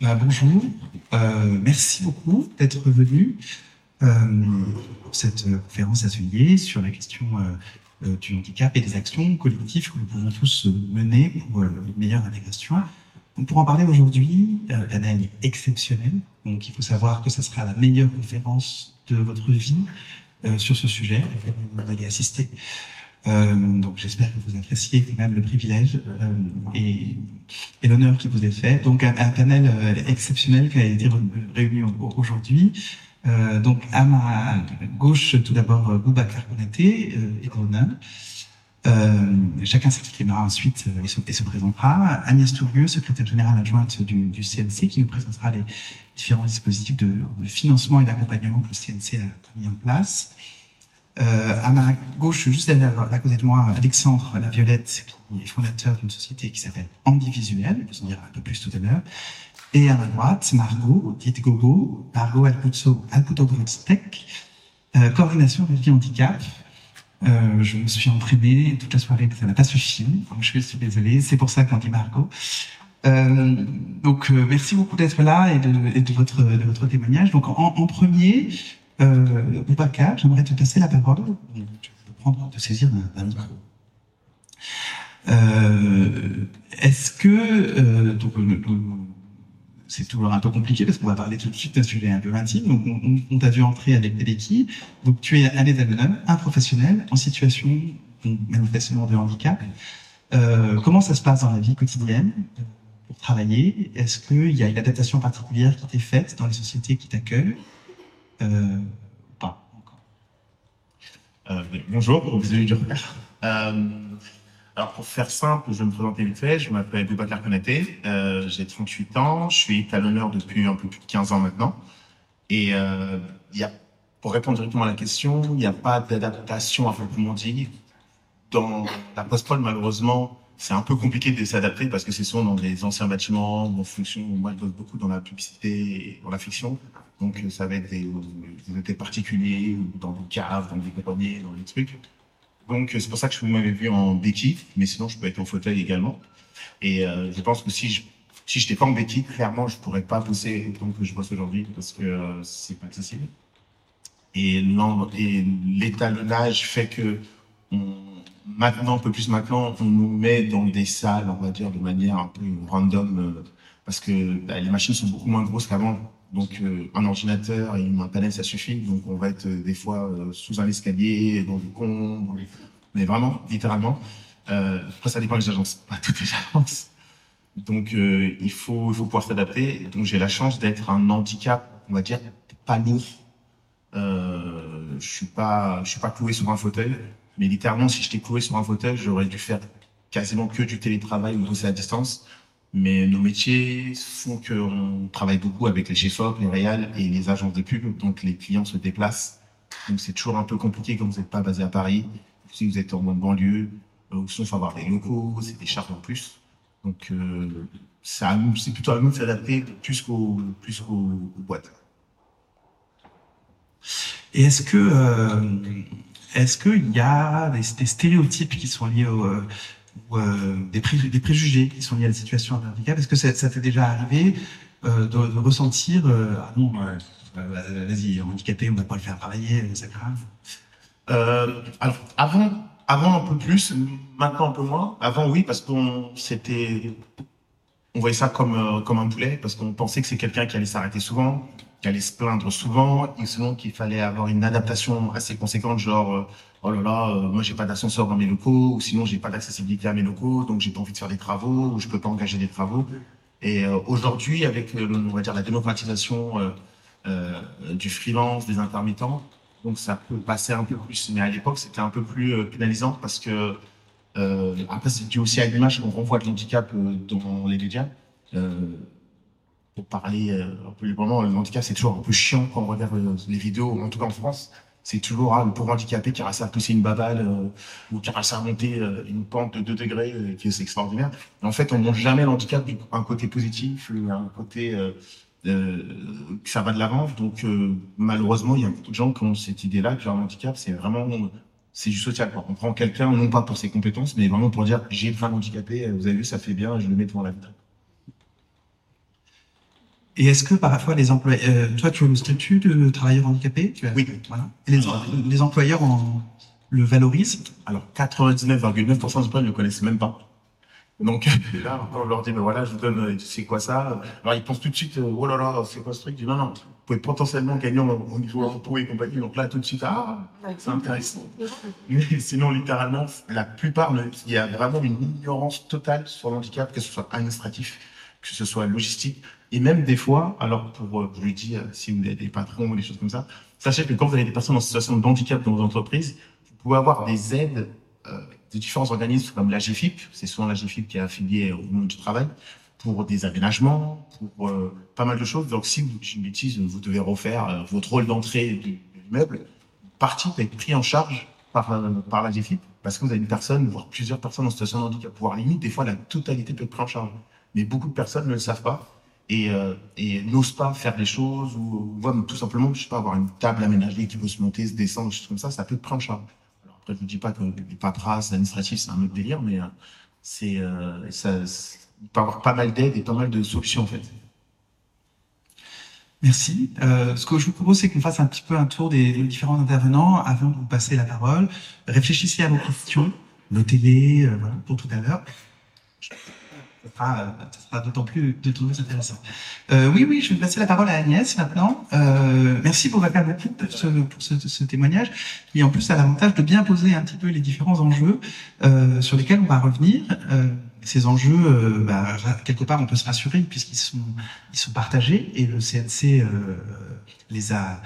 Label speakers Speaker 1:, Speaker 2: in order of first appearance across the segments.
Speaker 1: Bonjour, merci beaucoup d'être venu pour cette conférence atelier sur la question du handicap et des actions collectives que nous pouvons tous mener pour une meilleure intégration. Donc, pour en parler aujourd'hui, panel exceptionnel. Donc il faut savoir que ce sera la meilleure conférence de votre vie sur ce sujet à laquelle vous allez assister. Donc j'espère que vous appréciez quand même le privilège et l'honneur qui vous est fait. Donc un panel exceptionnel qui a été réuni aujourd'hui. Donc à ma gauche, tout d'abord Boubacar Konaté, économiste. Chacun s'exprimera ensuite et se présentera. Agnès Tourieux, secrétaire générale adjointe du CNC, qui nous présentera les différents dispositifs de financement et d'accompagnement que le CNC a mis en place. À ma gauche, juste à côté de moi, Alexandre Laviolette, qui est fondateur d'une société qui s'appelle Ambivisuel, vous en dira un peu plus tout à l'heure. Et à ma droite, Margot, dite Gogo, Margot Alputo-Grostek, coordination Vie Handicap. Je me suis entraîné toute la soirée, mais ça n'a pas suffi, donc je suis désolé, c'est pour ça qu'on dit Margot. Donc merci beaucoup d'être là et de votre témoignage. Donc en premier, Boubacar, j'aimerais te passer la parole. Je vais te saisir d'un micro. Est-ce que c'est toujours un peu compliqué parce qu'on va parler tout de suite d'un sujet un peu intime. Donc on t'a vu entrer avec des béquilles. Donc tu es un étalonneur, un professionnel en situation manifestement de handicap. Comment ça se passe dans la vie quotidienne pour travailler? Est-ce qu'il y a une adaptation particulière qui t'est faite dans les sociétés qui t'accueillent? Pas encore.
Speaker 2: Bonjour, désolé du retard. Alors pour faire simple, je vais me présenter vite fait. Je m'appelle Boubacar Konaté, j'ai 38 ans, je suis étalonneur depuis un peu plus de 15 ans maintenant. Et pour répondre directement à la question, il n'y a pas d'adaptation à proprement dit. Dans la post-prod, malheureusement, c'est un peu compliqué de s'adapter parce que c'est souvent dans des anciens bâtiments, en fonction, moi je bosse beaucoup dans la publicité et dans la fiction. Donc ça va être des hôtels particuliers, ou dans des caves, dans des compagnies, dans des trucs. Donc c'est pour ça que vous m'avez vu en béquille, mais sinon je peux être en fauteuil également. Et je pense que si j'étais pas en béquille, clairement je pourrais pas bosser autant que je bosse aujourd'hui parce que c'est pas accessible. Et l'étalonnage fait que maintenant, un peu plus maintenant, on nous met dans des salles, on va dire, de manière un peu random, parce que les machines sont beaucoup moins grosses qu'avant. Donc, un ordinateur et un panel, ça suffit. Donc, on va être des fois sous un escalier, dans du con, mais vraiment, littéralement. Après, ça dépend des agences, pas toutes les agences. Donc, il faut pouvoir s'adapter. Donc, j'ai la chance d'être un handicap, on va dire, pas lourd. Je suis pas cloué sur un fauteuil. Mais littéralement, si j'étais cloué sur un fauteuil, j'aurais dû faire quasiment que du télétravail ou bosser à distance. Mais nos métiers font qu'on travaille beaucoup avec les chefs-op, les réals et les agences de pub. Donc, les clients se déplacent. Donc, c'est toujours un peu compliqué quand vous n'êtes pas basé à Paris. Si vous êtes en banlieue, ou sinon, il faut avoir des locaux, c'est des charges en plus. Donc, c'est plutôt à nous de s'adapter plus qu'aux boîtes.
Speaker 1: Et est-ce qu'il y a des stéréotypes qui sont liés des préjugés qui sont liés à la situation de handicap? Est-ce que ça t'est déjà arrivé de ressentir ah non, vas-y, handicapé, on va pas le faire travailler, c'est grave?
Speaker 2: Alors avant un peu plus, maintenant un peu moins. Avant oui, parce qu'on voyait ça comme un poulet, parce qu'on pensait que c'est quelqu'un qui allait s'arrêter souvent, qui allait se plaindre souvent, et sinon qu'il fallait avoir une adaptation assez conséquente, genre oh là là, moi j'ai pas d'ascenseur dans mes locaux, ou sinon j'ai pas d'accessibilité à mes locaux, donc j'ai pas envie de faire des travaux, ou je peux pas engager des travaux. Et aujourd'hui, avec on va dire la démocratisation du freelance, des intermittents, donc ça peut passer un peu plus. Mais à l'époque, c'était un peu plus pénalisant parce que après c'est dû aussi à l'image qu'on renvoie de l'handicap dans les médias. Pour parler un peu librement, le handicap c'est toujours un peu chiant quand on regarde les vidéos, en tout cas en France. C'est toujours le pauvre handicapé qui a réussi à pousser une baballe ou qui a réussi à monter une pente de 2 degrés, qui est extraordinaire. Et en fait, on ne montre jamais l'handicap un côté positif, un côté que ça va de l'avant. Donc malheureusement, il y a beaucoup de gens qui ont cette idée-là que un handicap, c'est du social. On prend quelqu'un non pas pour ses compétences, mais vraiment pour dire j'ai un handicapé, vous avez vu, ça fait bien, je le mets devant la vitre.
Speaker 1: Et est-ce que parfois les employeurs, toi tu as le statut de travailleur handicapé?
Speaker 2: Oui.
Speaker 1: Voilà. Et les employeurs le valorisent?
Speaker 2: Alors 99,9% des employeurs ne le connaissent même pas. Donc là, quand on leur dit, mais voilà, je vous donne, c'est quoi ça? Alors ils pensent tout de suite, oh là là, c'est quoi ce truc? Je dis, non, non, vous pouvez potentiellement gagner au niveau impôt et compagnie. Donc là, tout de suite, c'est intéressant. Mais sinon, littéralement, la plupart, il y a vraiment une ignorance totale sur l'handicap, que ce soit administratif, que ce soit logistique, et même des fois, alors je lui dis, si vous avez des patrons ou des choses comme ça, sachez que quand vous avez des personnes en situation de handicap dans vos entreprises, vous pouvez avoir des aides de différents organismes comme l'AGFIP, c'est souvent l'AGFIP qui est affilié au monde du travail, pour des aménagements, pour pas mal de choses. Donc si vous, une bêtise, vous devez refaire votre rôle d'entrée de l'immeuble, partie peut être pris en charge par l'AGFIP, parce que vous avez une personne, voire plusieurs personnes en situation de handicap, voire limite, des fois la totalité peut être prise en charge. Mais beaucoup de personnes ne le savent pas et n'osent pas faire des choses ou tout simplement, je sais pas, avoir une table aménagée qui peut se monter, se descendre, des choses comme ça peut être pris en charge. Je ne dis pas que les paperasses administratives, c'est un autre délire, mais il peut y avoir pas mal d'aides et pas mal de solutions, en fait.
Speaker 1: Merci. Ce que je vous propose, c'est qu'on fasse un petit peu un tour des différents intervenants avant de vous passer la parole. Réfléchissez à vos questions, notez-les voilà, pour tout à l'heure. Ça sera d'autant plus intéressant. Oui, je vais passer la parole à Agnès maintenant. Merci pour ce témoignage, qui en plus a l'avantage de bien poser un petit peu les différents enjeux sur lesquels on va revenir. Ces enjeux, quelque part, on peut se rassurer puisqu'ils sont partagés et le CNC les a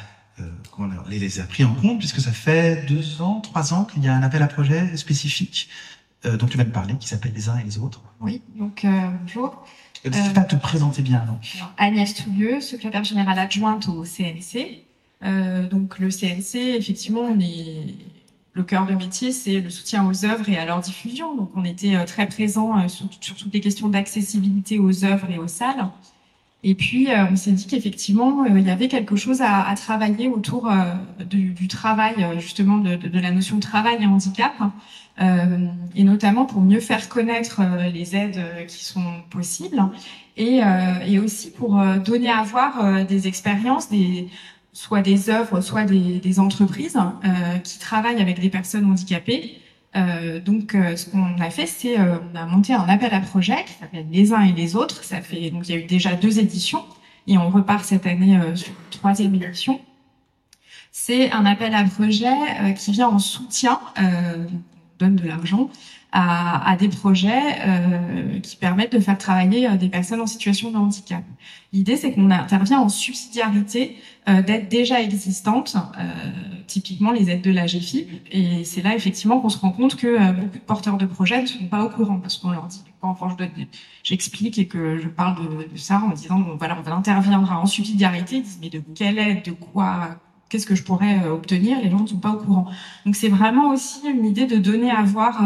Speaker 1: pris en compte puisque ça fait 3 ans qu'il y a un appel à projet spécifique dont tu vas nous parler, qui s'appelle Les uns et les autres.
Speaker 3: Oui, donc bonjour.
Speaker 1: N'hésite pas à te présenter bien. Non
Speaker 3: Agnès Toulieu, secrétaire générale adjointe au CNC. Donc le CNC, effectivement, le cœur de métier, c'est le soutien aux œuvres et à leur diffusion. Donc on était très présents sur toutes les questions d'accessibilité aux œuvres et aux salles. Et puis on s'est dit qu'effectivement, il y avait quelque chose à travailler autour du travail, justement de la notion de travail et handicap. Et notamment pour mieux faire connaître les aides qui sont possibles et aussi pour donner à voir des expériences, soit des œuvres, soit des entreprises qui travaillent avec des personnes handicapées. Donc ce qu'on a fait, c'est on a monté un appel à projet qui s'appelle Les uns et les autres. Donc il y a eu déjà 2 éditions et on repart cette année sur une 3e édition. C'est un appel à projet qui vient en soutien donne de l'argent à des projets qui permettent de faire travailler des personnes en situation de handicap. L'idée, c'est qu'on intervient en subsidiarité d'aides déjà existantes, typiquement les aides de la GFIP. Et c'est là, effectivement, qu'on se rend compte que beaucoup de porteurs de projets ne sont pas au courant parce qu'on leur dit quand j'explique et que je parle de ça en disant, bon, voilà, on interviendra en subsidiarité. Ils disent, mais de quelle aide, de quoi, qu'est-ce que je pourrais obtenir? Les gens ne sont pas au courant. Donc c'est vraiment aussi une idée de donner à voir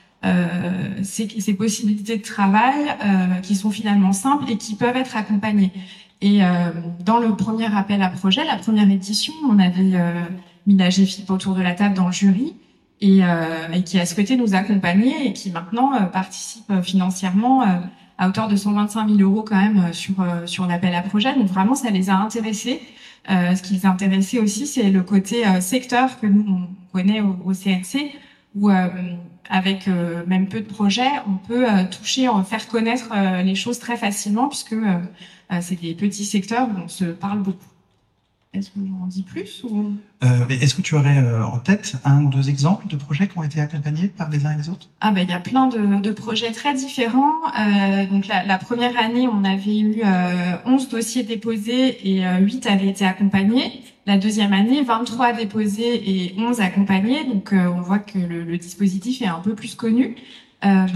Speaker 3: ces possibilités de travail qui sont finalement simples et qui peuvent être accompagnées. Et dans le premier appel à projet, la première édition, on avait mis la GFIP autour de la table dans le jury et qui a souhaité nous accompagner et qui maintenant participe financièrement à hauteur de 125 000 € quand même sur l'appel à projet. Donc vraiment, ça les a intéressés. Ce qui les a intéressés aussi, c'est le côté secteur que nous on connaît au CNC, où avec même peu de projets, on peut toucher, faire connaître les choses très facilement, puisque c'est des petits secteurs où on se parle beaucoup. Est-ce que j'en dis plus ou...
Speaker 1: Est-ce que tu aurais en tête 1 ou 2 exemples de projets qui ont été accompagnés par les uns et les autres?
Speaker 3: Il y a plein de projets très différents. Donc la première année, on avait eu 11 dossiers déposés et 8 avaient été accompagnés. La deuxième année, 23 déposés et 11 accompagnés. Donc on voit que le dispositif est un peu plus connu. À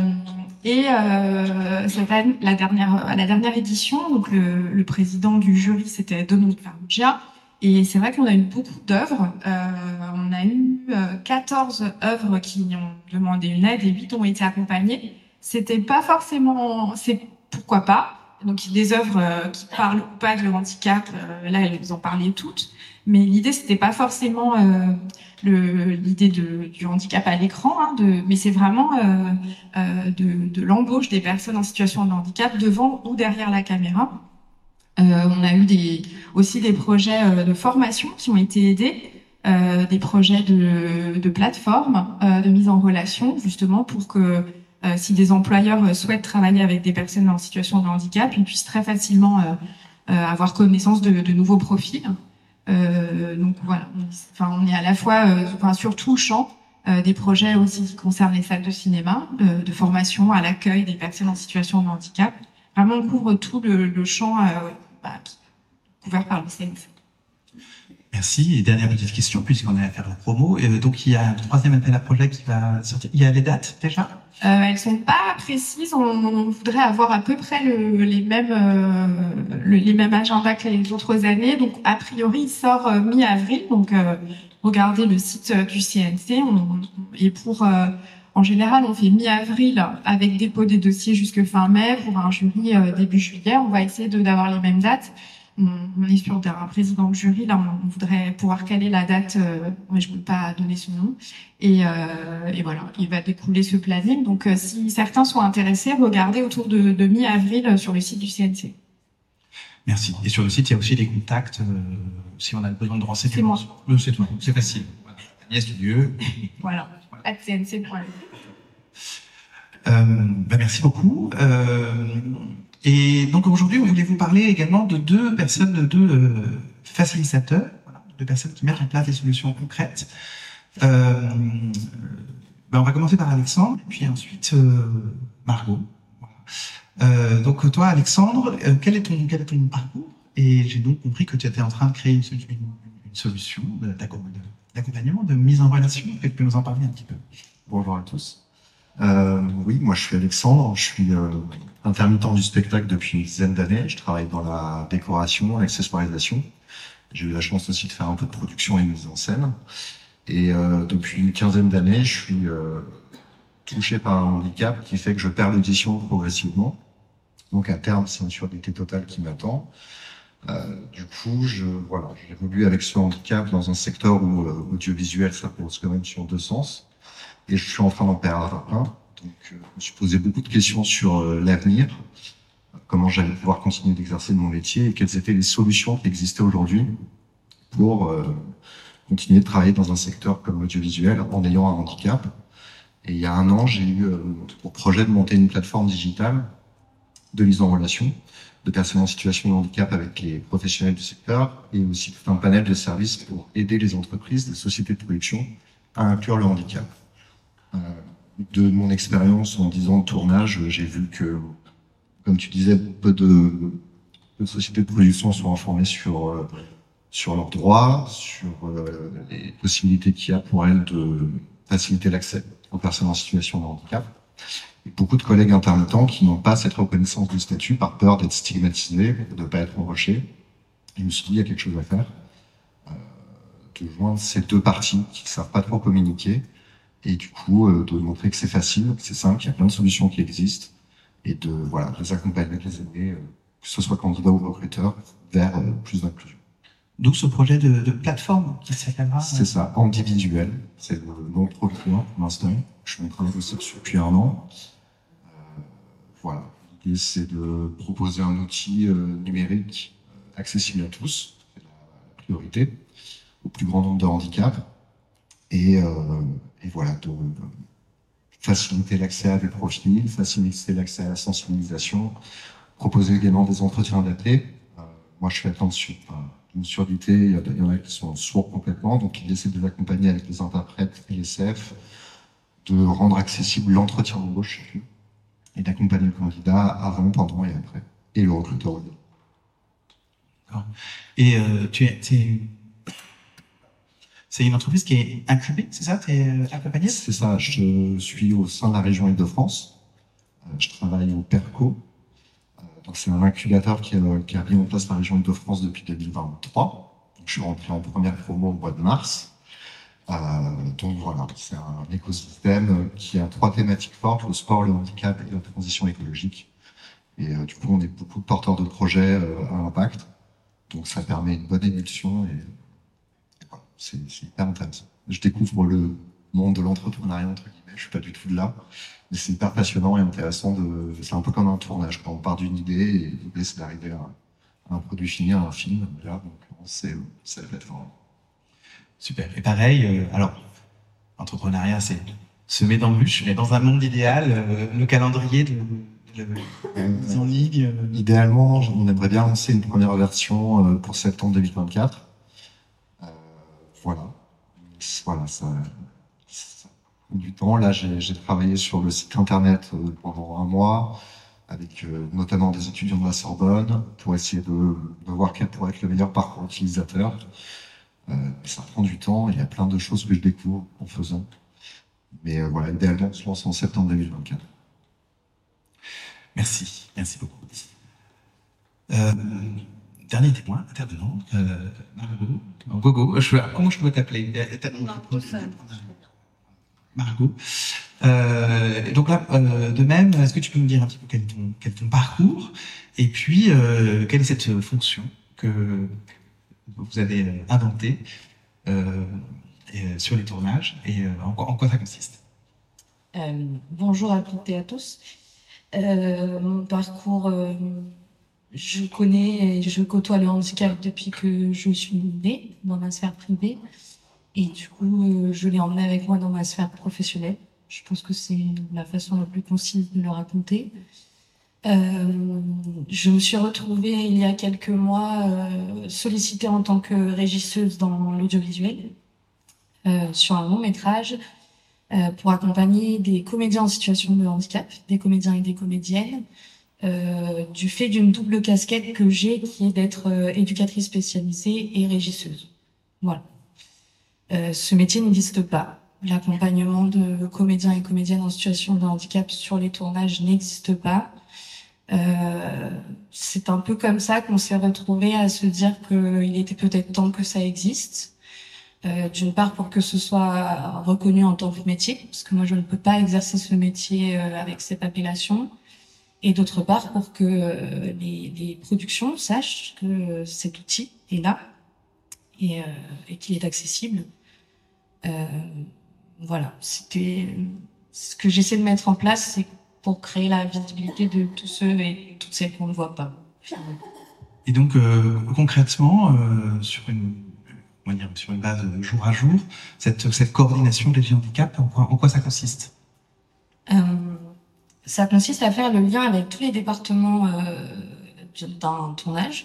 Speaker 3: la dernière édition, donc le président du jury, c'était Dominique Farrugia. Et c'est vrai qu'on a eu beaucoup d'œuvres. On a eu 14 œuvres qui ont demandé une aide et 8 ont été accompagnées. C'était pas forcément... pourquoi pas. Donc des œuvres qui parlent ou pas de handicap, là elles en parlaient toutes. Mais l'idée c'était pas forcément l'idée du handicap à l'écran, mais c'est vraiment de l'embauche des personnes en situation de handicap devant ou derrière la caméra. On a eu aussi des projets de formation qui ont été aidés, des projets de plateforme, de mise en relation, justement pour que si des employeurs souhaitent travailler avec des personnes en situation de handicap, ils puissent très facilement avoir connaissance de nouveaux profils. Donc voilà, on est à la fois sur tout le champ, des projets aussi qui concernent les salles de cinéma, de formation à l'accueil des personnes en situation de handicap. Vraiment, on couvre tout le champ couvert par le CNC.
Speaker 1: Merci. Et dernière petite question, puisqu'on est à faire la promo. Donc, il y a un troisième appel à projet qui va sortir. Il y a les dates déjà?
Speaker 3: Elles sont pas précises. On voudrait avoir à peu près les mêmes agendas que les autres années. Donc, a priori, il sort mi-avril. Donc, regardez le site du CNC. En général, on fait mi-avril avec dépôt des dossiers jusque fin mai pour un jury début juillet. On va essayer d'avoir les mêmes dates. On est sur un président de jury, là, on voudrait pouvoir caler la date, mais je ne peux pas donner son nom. Et voilà, il va découler ce planning. Donc, si certains sont intéressés, regardez autour de mi-avril sur le site du CNC.
Speaker 1: Merci. Et sur le site, il y a aussi des contacts, si on a besoin de renseignements.
Speaker 3: C'est moi.
Speaker 1: C'est toi, c'est facile. Voilà. Agnès Dudieu.
Speaker 3: Voilà, @cnc.lu.
Speaker 1: Merci beaucoup. Et donc aujourd'hui, on voulait vous parler également de deux facilitateurs, voilà, deux personnes qui mettent en place des solutions concrètes. On va commencer par Alexandre, et puis ensuite Margot. Voilà. Donc toi, Alexandre, quel est ton parcours? Et j'ai donc compris que tu étais en train de créer une solution d'accompagnement, de mise en relation. Tu peux nous en parler un petit peu?
Speaker 4: Bonjour à tous. Oui, moi je suis Alexandre, je suis intermittent du spectacle depuis une dizaine d'années. Je travaille dans la décoration, l'accessoirisation. J'ai eu la chance aussi de faire un peu de production et de mise en scène. Et depuis une quinzaine d'années, je suis touché par un handicap qui fait que je perds l'audition progressivement. Donc à terme, c'est une surdité totale qui m'attend. Du coup, j'évolue avec ce handicap dans un secteur où audiovisuel, ça pose quand même sur deux sens. Et je suis en train d'en perdre un. Donc, je me suis posé beaucoup de questions sur l'avenir, comment j'allais pouvoir continuer d'exercer mon métier et quelles étaient les solutions qui existaient aujourd'hui pour continuer de travailler dans un secteur comme l'audiovisuel en ayant un handicap. Et il y a un an, j'ai eu pour projet de monter une plateforme digitale de mise en relation de personnes en situation de handicap avec les professionnels du secteur et aussi tout un panel de services pour aider les entreprises, les sociétés de production à inclure le handicap. De mon expérience en 10 ans de tournage, j'ai vu que, comme tu disais, peu de sociétés de production sont informées sur leurs droits, sur les possibilités qu'il y a pour elles de faciliter l'accès aux personnes en situation de handicap. Et beaucoup de collègues intermittents qui n'ont pas cette reconnaissance du statut par peur d'être stigmatisés, de ne pas être embauchés. Je me suis dit, il y a quelque chose à faire. De joindre ces deux parties qui ne savent pas trop communiquer. Et du coup, de montrer que c'est facile, que c'est simple, qu'il y a plein de solutions qui existent, et de les accompagner, de les aider, que ce soit candidat ou recruteur, vers plus d'inclusion.
Speaker 1: D'où ce projet de plateforme qui s'appellera...
Speaker 4: C'est ça, Handivisuel, c'est le nom provisoire pour l'instant. Je suis en train de bosser dessus depuis un an. Voilà, l'idée c'est de proposer un outil numérique accessible à tous, c'est la priorité, au plus grand nombre de handicaps. Et voilà, de faciliter l'accès à des profils, faciliter l'accès à la sensibilisation, proposer également des entretiens adaptés. Moi, je fais attention à une surdité, il y en a qui sont sourds complètement, donc ils essaient de les accompagner avec les interprètes et les CF, de rendre accessible l'entretien d'embauche et d'accompagner le candidat avant, pendant et après, et le recruteur aussi.
Speaker 1: D'accord. Et c'est une entreprise qui est incubée, c'est ça? Tu es accompagné?
Speaker 4: C'est ça, je suis au sein de la région Île-de-France. Je travaille au PERCO. Donc c'est un incubateur qui a mis en place la région Île-de-France depuis 2023. Donc je suis rentré en première promo au mois de mars. Donc voilà, c'est un écosystème qui a 3 thématiques fortes, le sport, le handicap et la transition écologique. Et du coup, on est beaucoup de porteurs de projets à impact. Donc ça permet une bonne émulsion et voilà, c'est hyper intéressant. Je découvre le monde de l'entrepreneuriat, entre guillemets, je suis pas du tout de là. Mais c'est hyper passionnant et intéressant c'est un peu comme un tournage, quand on part d'une idée et l'idée c'est d'arriver à un produit fini, un film. Là, donc c'est la plateforme.
Speaker 1: Super. Et pareil, alors, l'entrepreneuriat, c'est semer d'embûches, mais dans un monde idéal, le calendrier de mise en ligne.
Speaker 4: Idéalement, on aimerait bien lancer une première version pour septembre 2024. Voilà. Voilà, ça prend du temps. Là, j'ai travaillé sur le site internet pendant un mois, avec notamment des étudiants de la Sorbonne, pour essayer de voir quel pourrait être le meilleur parcours utilisateur. Ça prend du temps, il y a plein de choses que je découvre en faisant. Mais voilà, idéalement, on se lance en septembre 2024.
Speaker 1: Merci beaucoup. Dernier témoin, intervenant, Margot. Comment je dois t'appeler? Margot. Donc là, de même, est-ce que tu peux nous dire un petit peu quel est ton parcours, et puis quelle est cette fonction que vous avez inventée sur les tournages, et en quoi ça consiste?
Speaker 5: Bonjour à toutes et à tous. Mon parcours, je connais et je côtoie le handicap depuis que je suis née dans ma sphère privée. Et du coup, je l'ai emmené avec moi dans ma sphère professionnelle. Je pense que c'est la façon la plus concise de le raconter. Je me suis retrouvée il y a quelques mois sollicitée en tant que régisseuse dans l'audiovisuel sur un long métrage pour accompagner des comédiens en situation de handicap, des comédiens et des comédiennes, du fait d'une double casquette que j'ai, qui est d'être éducatrice spécialisée et régisseuse. Voilà. Ce métier n'existe pas. L'accompagnement de comédiens et comédiennes en situation de handicap sur les tournages n'existe pas. C'est un peu comme ça qu'on s'est retrouvés à se dire qu'il était peut-être temps que ça existe. D'une part pour que ce soit reconnu en tant que métier, parce que moi je ne peux pas exercer ce métier avec cette appellation, et d'autre part pour que les productions sachent que cet outil est là et qu'il est accessible. Voilà, c'était ce que j'essaie de mettre en place, c'est pour créer la visibilité de tous ceux et toutes celles qu'on ne voit pas.
Speaker 1: Et donc concrètement, sur une base jour à jour, cette coordination des handicaps, en quoi ça consiste?
Speaker 5: Ça consiste à faire le lien avec tous les départements d'un tournage,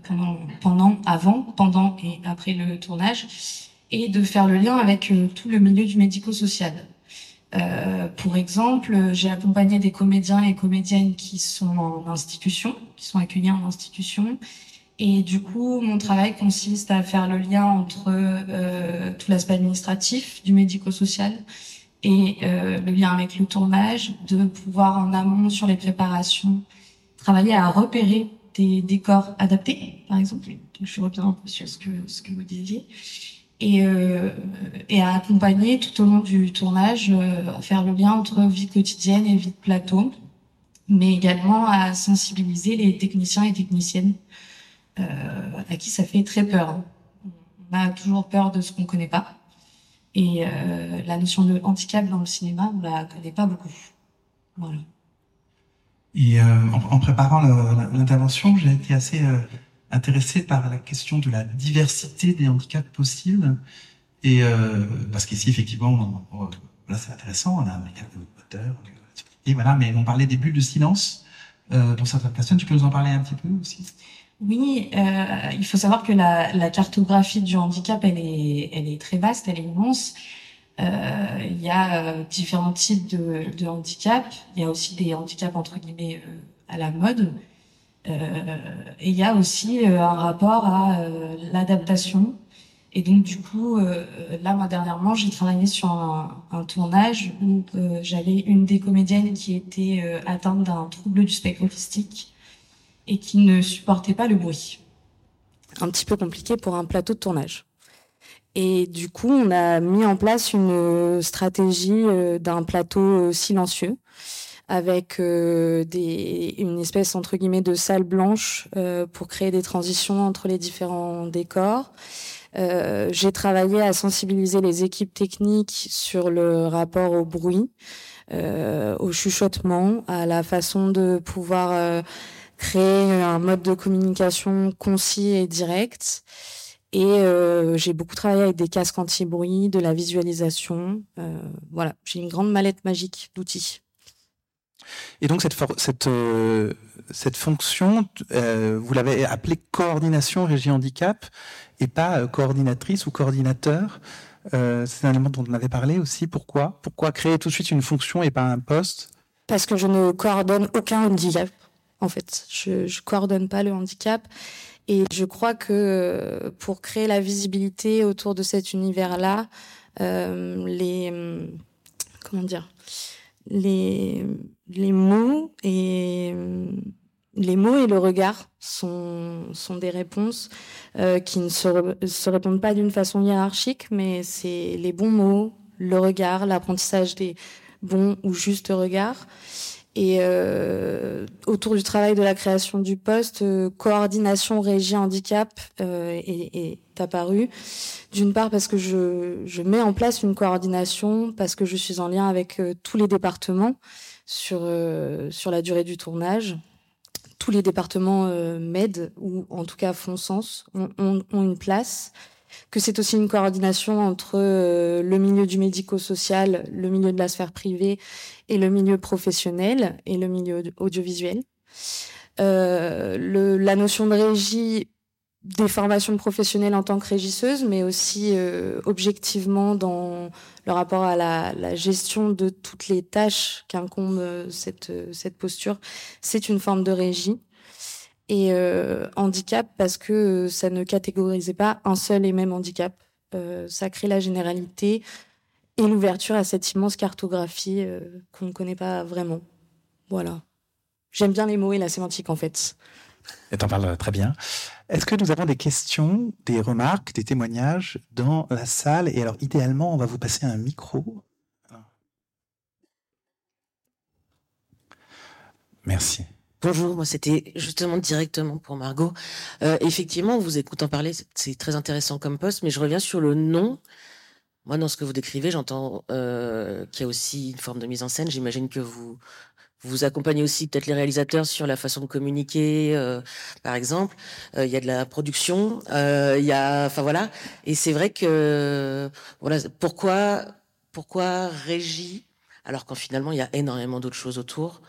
Speaker 5: avant, pendant et après le tournage, et de faire le lien avec tout le milieu du médico-social. Pour exemple, j'ai accompagné des comédiens et comédiennes qui sont en institution, qui sont accueillis en institution. Et du coup, mon travail consiste à faire le lien entre tout l'aspect administratif du médico-social et le lien avec le tournage, de pouvoir en amont sur les préparations travailler à repérer des décors adaptés, par exemple. Donc, je reviens un peu sur ce que vous disiez. Et à accompagner tout au long du tournage, à faire le lien entre vie quotidienne et vie de plateau, mais également à sensibiliser les techniciens et techniciennes à qui ça fait très peur. On a toujours peur de ce qu'on connaît pas. Et la notion de handicap dans le cinéma, on la connaît pas beaucoup. Voilà.
Speaker 1: Et en préparant l'intervention, j'ai été assez intéressé par la question de la diversité des handicaps possibles. Et parce qu'ici, effectivement, là c'est intéressant, on a un handicap de moteur, et voilà, mais on parlait des bulles de silence dans certaines personnes. Tu peux nous en parler un petit peu aussi?
Speaker 5: Oui, il faut savoir que la cartographie du handicap, elle est très vaste, elle est immense. Il y a différents types de handicaps. Il y a aussi des handicaps entre guillemets à la mode. Et il y a aussi un rapport à l'adaptation. Et donc du coup, là moi dernièrement, j'ai travaillé sur un tournage où j'avais une des comédiennes qui était atteinte d'un trouble du spectre autistique et qui ne supportait pas le bruit. Un petit peu compliqué pour un plateau de tournage. Et du coup, on a mis en place une stratégie d'un plateau silencieux avec une espèce entre guillemets de salle blanche pour créer des transitions entre les différents décors. J'ai travaillé à sensibiliser les équipes techniques sur le rapport au bruit, au chuchotement, à la façon de pouvoir
Speaker 6: créer un mode de communication concis et direct. Et j'ai beaucoup travaillé avec des casques anti-bruit, de la visualisation. Voilà, j'ai une grande mallette magique d'outils.
Speaker 1: Et donc cette fonction, vous l'avez appelée coordination régie handicap et pas coordinatrice ou coordinateur. C'est un élément dont on avait parlé aussi. Pourquoi créer tout de suite une fonction et pas un poste?
Speaker 6: Parce que je ne coordonne aucun handicap. En fait, je coordonne pas le handicap. Et je crois que pour créer la visibilité autour de cet univers-là, les mots et le regard sont des réponses qui ne se répondent pas d'une façon hiérarchique, mais c'est les bons mots, le regard, l'apprentissage des bons ou justes regards. Et autour du travail de la création du poste, coordination régie handicap est apparue. D'une part parce que je mets en place une coordination, parce que je suis en lien avec tous les départements sur la durée du tournage. Tous les départements m'aident, ou en tout cas font sens, ont une place. Que c'est aussi une coordination entre le milieu du médico-social, le milieu de la sphère privée et le milieu professionnel et le milieu audiovisuel. La notion de régie des formations professionnelles en tant que régisseuse, mais aussi objectivement dans le rapport à la gestion de toutes les tâches qu'incombe cette posture, c'est une forme de régie. Et handicap parce que ça ne catégorisait pas un seul et même handicap. Ça crée la généralité et l'ouverture à cette immense cartographie qu'on ne connaît pas vraiment. Voilà. J'aime bien les mots et la sémantique en fait.
Speaker 1: Et t'en parles très bien. Est-ce que nous avons des questions, des remarques, des témoignages dans la salle? Et alors idéalement, on va vous passer un micro. Merci.
Speaker 7: Bonjour, moi c'était justement directement pour Margot. Effectivement, vous écoutant parler, c'est très intéressant comme poste, mais je reviens sur le nom. Moi, dans ce que vous décrivez, j'entends qu'il y a aussi une forme de mise en scène. J'imagine que vous accompagnez aussi peut-être les réalisateurs sur la façon de communiquer, par exemple. Il y a de la production, il y a, enfin voilà. Et c'est vrai que voilà, pourquoi régie alors qu'en finalement il y a énormément d'autres choses autour.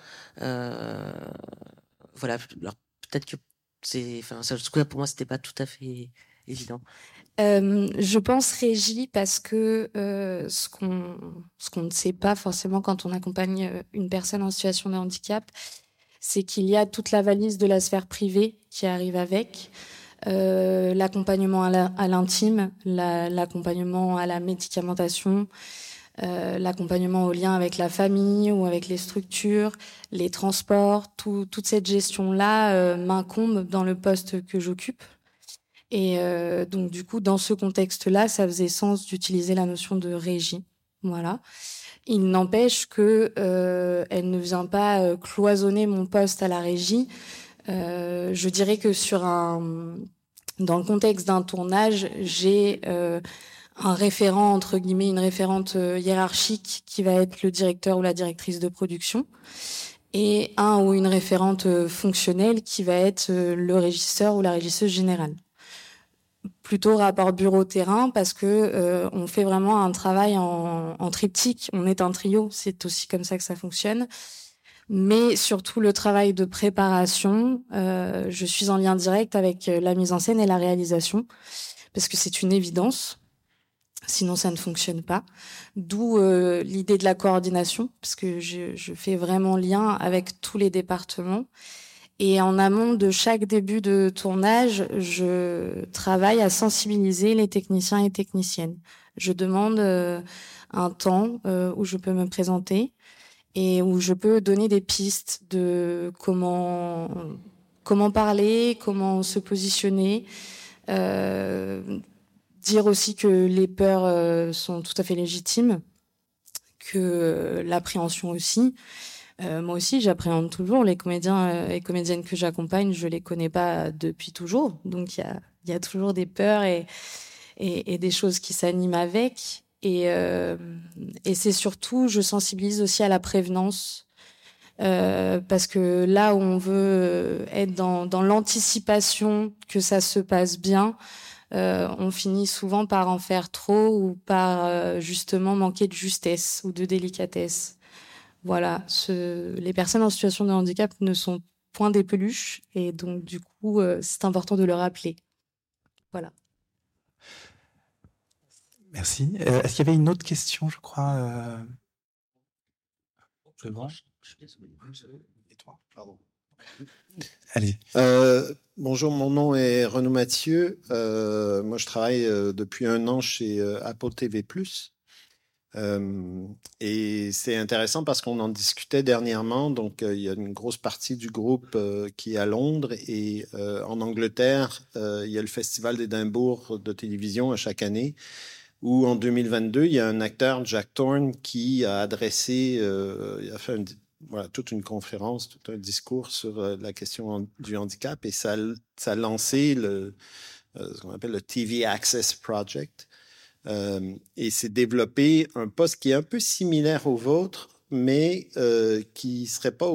Speaker 7: Voilà, alors peut-être que ça, pour moi c'était pas tout à fait évident.
Speaker 6: Je pense régie parce que ce qu'on ne sait pas forcément quand on accompagne une personne en situation de handicap, c'est qu'il y a toute la valise de la sphère privée qui arrive avec, l'accompagnement à l'intime, l'accompagnement à la médicamentation, l'accompagnement au lien avec la famille ou avec les structures, les transports, toute cette gestion-là m'incombe dans le poste que j'occupe. Et donc du coup, dans ce contexte-là, ça faisait sens d'utiliser la notion de régie. Voilà. Il n'empêche que elle ne vient pas cloisonner mon poste à la régie. Je dirais que dans le contexte d'un tournage, j'ai un référent, entre guillemets, une référente hiérarchique qui va être le directeur ou la directrice de production, et un ou une référente fonctionnelle qui va être le régisseur ou la régisseuse générale. Plutôt rapport bureau-terrain parce que on fait vraiment un travail en triptyque. On est un trio, c'est aussi comme ça que ça fonctionne. Mais surtout le travail de préparation, je suis en lien direct avec la mise en scène et la réalisation parce que c'est une évidence. Sinon, ça ne fonctionne pas. D'où l'idée de la coordination, parce que je fais vraiment lien avec tous les départements. Et en amont de chaque début de tournage, je travaille à sensibiliser les techniciens et techniciennes. Je demande un temps où je peux me présenter et où je peux donner des pistes de comment parler, comment se positionner, dire aussi que les peurs sont tout à fait légitimes, que l'appréhension aussi. Moi aussi, j'appréhende toujours les comédiens et comédiennes que j'accompagne. Je les connais pas depuis toujours, donc il y a toujours des peurs et des choses qui s'animent avec. Et c'est surtout, je sensibilise aussi à la prévenance. Parce que là où on veut être dans l'anticipation que ça se passe bien, on finit souvent par en faire trop ou par justement manquer de justesse ou de délicatesse. Voilà, les personnes en situation de handicap ne sont point des peluches et donc du coup, c'est important de le rappeler. Voilà.
Speaker 1: Merci. Est-ce qu'il y avait une autre question, je crois Devant. Et toi, pardon. Allez.
Speaker 8: Bonjour, mon nom est Renaud Mathieu. Moi, je travaille depuis 1 an chez Apple TV+. Et c'est intéressant parce qu'on en discutait dernièrement. Donc, il y a une grosse partie du groupe qui est à Londres et en Angleterre, il y a le Festival d'Édimbourg de télévision à chaque année, où en 2022, il y a un acteur, Jack Thorne, qui a adressé, il a fait toute une conférence, tout un discours sur la question du handicap, et ça a lancé ce qu'on appelle le TV Access Project. Et c'est développé un poste qui est un peu similaire au vôtre, mais qui serait pas,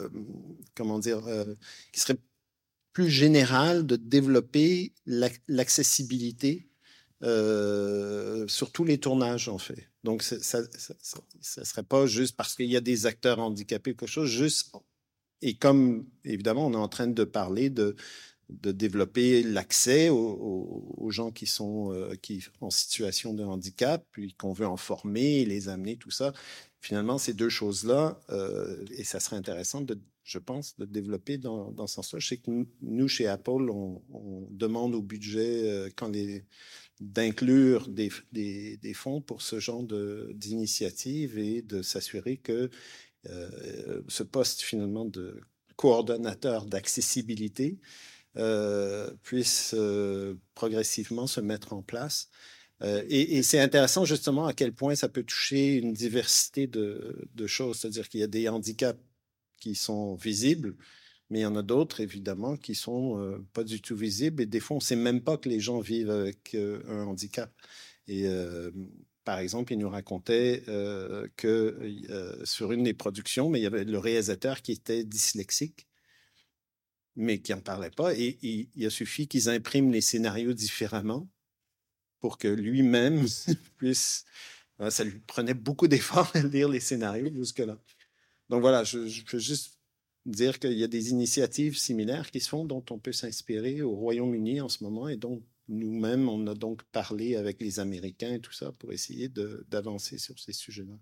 Speaker 8: qui serait plus général de développer l'accessibilité sur tous les tournages, en fait. Donc, ça serait pas juste parce qu'il y a des acteurs handicapés, quelque chose, juste. Et comme, évidemment, on est en train de parler de développer l'accès aux gens qui sont en situation de handicap, puis qu'on veut en former, les amener, tout ça. Finalement, ces deux choses-là, et ça serait intéressant, je pense, de développer dans ce sens-là. Je sais que nous, chez Apple, on demande au budget d'inclure des fonds pour ce genre d'initiative et de s'assurer que ce poste, finalement, de coordonnateur d'accessibilité puisse progressivement se mettre en place. Et c'est intéressant justement à quel point ça peut toucher une diversité de choses. C'est-à-dire qu'il y a des handicaps qui sont visibles, mais il y en a d'autres, évidemment, qui sont pas du tout visibles. Et des fois, on ne sait même pas que les gens vivent avec un handicap. Et par exemple, il nous racontait que sur une des productions, mais il y avait le réalisateur qui était dyslexique, mais qui n'en parlait pas. Et il a suffi qu'ils impriment les scénarios différemment pour que lui-même puisse... Ça lui prenait beaucoup d'efforts à lire les scénarios jusque-là. Donc voilà, je veux juste dire qu'il y a des initiatives similaires qui se font, dont on peut s'inspirer au Royaume-Uni en ce moment, et dont nous-mêmes, on a donc parlé avec les Américains et tout ça pour essayer d'avancer sur ces sujets-là.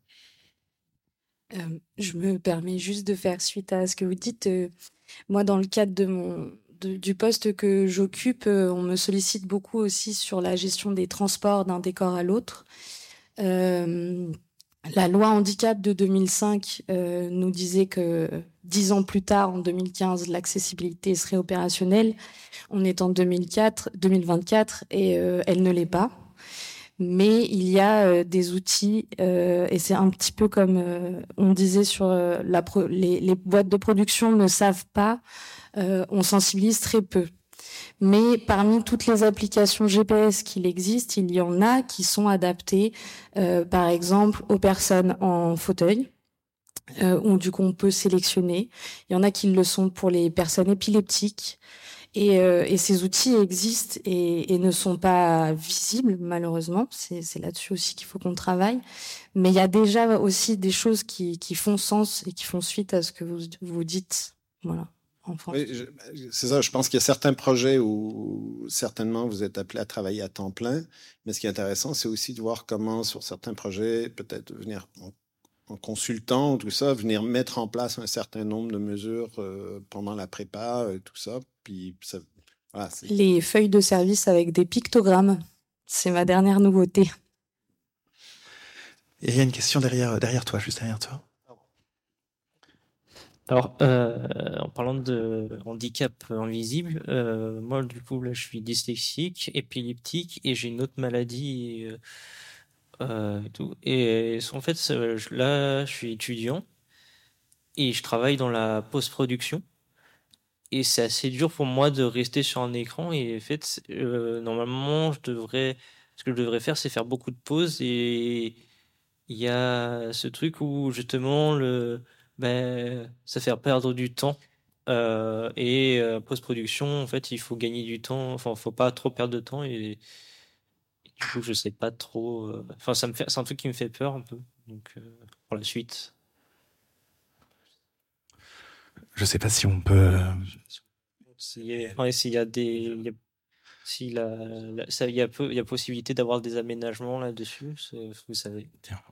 Speaker 6: Je me permets juste de faire suite à ce que vous dites. Moi, dans le cadre du poste que j'occupe, on me sollicite beaucoup aussi sur la gestion des transports d'un décor à l'autre. La loi handicap de 2005 nous disait que 10 ans plus tard, en 2015, l'accessibilité serait opérationnelle. On est en 2024 et elle ne l'est pas. Mais il y a des outils et c'est un petit peu comme on disait sur les boîtes de production ne savent pas, on sensibilise très peu. Mais parmi toutes les applications GPS qu'il existe, il y en a qui sont adaptées, par exemple, aux personnes en fauteuil, où du coup on peut sélectionner. Il y en a qui le sont pour les personnes épileptiques. Et ces outils existent et ne sont pas visibles, malheureusement. C'est là-dessus aussi qu'il faut qu'on travaille. Mais il y a déjà aussi des choses qui font sens et qui font suite à ce que vous dites. Voilà.
Speaker 8: Oui, c'est ça. Je pense qu'il y a certains projets où certainement vous êtes appelé à travailler à temps plein. Mais ce qui est intéressant, c'est aussi de voir comment, sur certains projets, peut-être venir en consultant, tout ça, venir mettre en place un certain nombre de mesures pendant la prépa, tout ça. Puis ça, voilà,
Speaker 6: les feuilles de service avec des pictogrammes, c'est ma dernière nouveauté.
Speaker 1: Et il y a une question derrière toi, juste derrière toi.
Speaker 9: Alors, en parlant de handicap invisible, moi, du coup, là, je suis dyslexique, épileptique, et j'ai une autre maladie et tout. Et en fait, là, je suis étudiant, et je travaille dans la post-production. Et c'est assez dur pour moi de rester sur un écran. Et en fait, normalement, ce que je devrais faire, c'est faire beaucoup de pauses. Et il y a ce truc où, justement, ça fait perdre du temps. Post-production, en fait, il faut gagner du temps. Enfin, faut pas trop perdre de temps et du coup, je sais pas trop. Enfin, c'est un truc qui me fait peur un peu. Donc, pour la suite.
Speaker 10: Je sais pas si on peut.
Speaker 9: S'il y a des, il y a possibilité d'avoir des aménagements là-dessus, vous savez.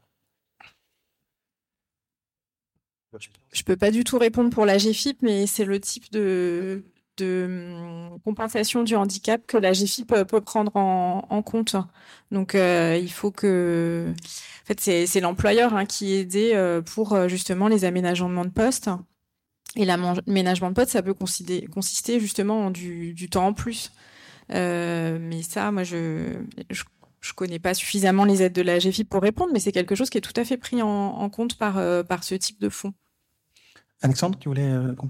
Speaker 11: Je peux pas du tout répondre pour la GFIP, mais c'est le type de compensation du handicap que la GFIP peut prendre en compte. Donc, il faut que... En fait, c'est l'employeur qui est aidé pour justement les aménagements de poste. Et l'aménagement de poste, ça peut consister justement en du temps en plus. Mais ça, moi, je connais pas suffisamment les aides de la GFIP pour répondre, mais c'est quelque chose qui est tout à fait pris en compte par ce type de fonds.
Speaker 10: Alexandre, tu voulais compléter ?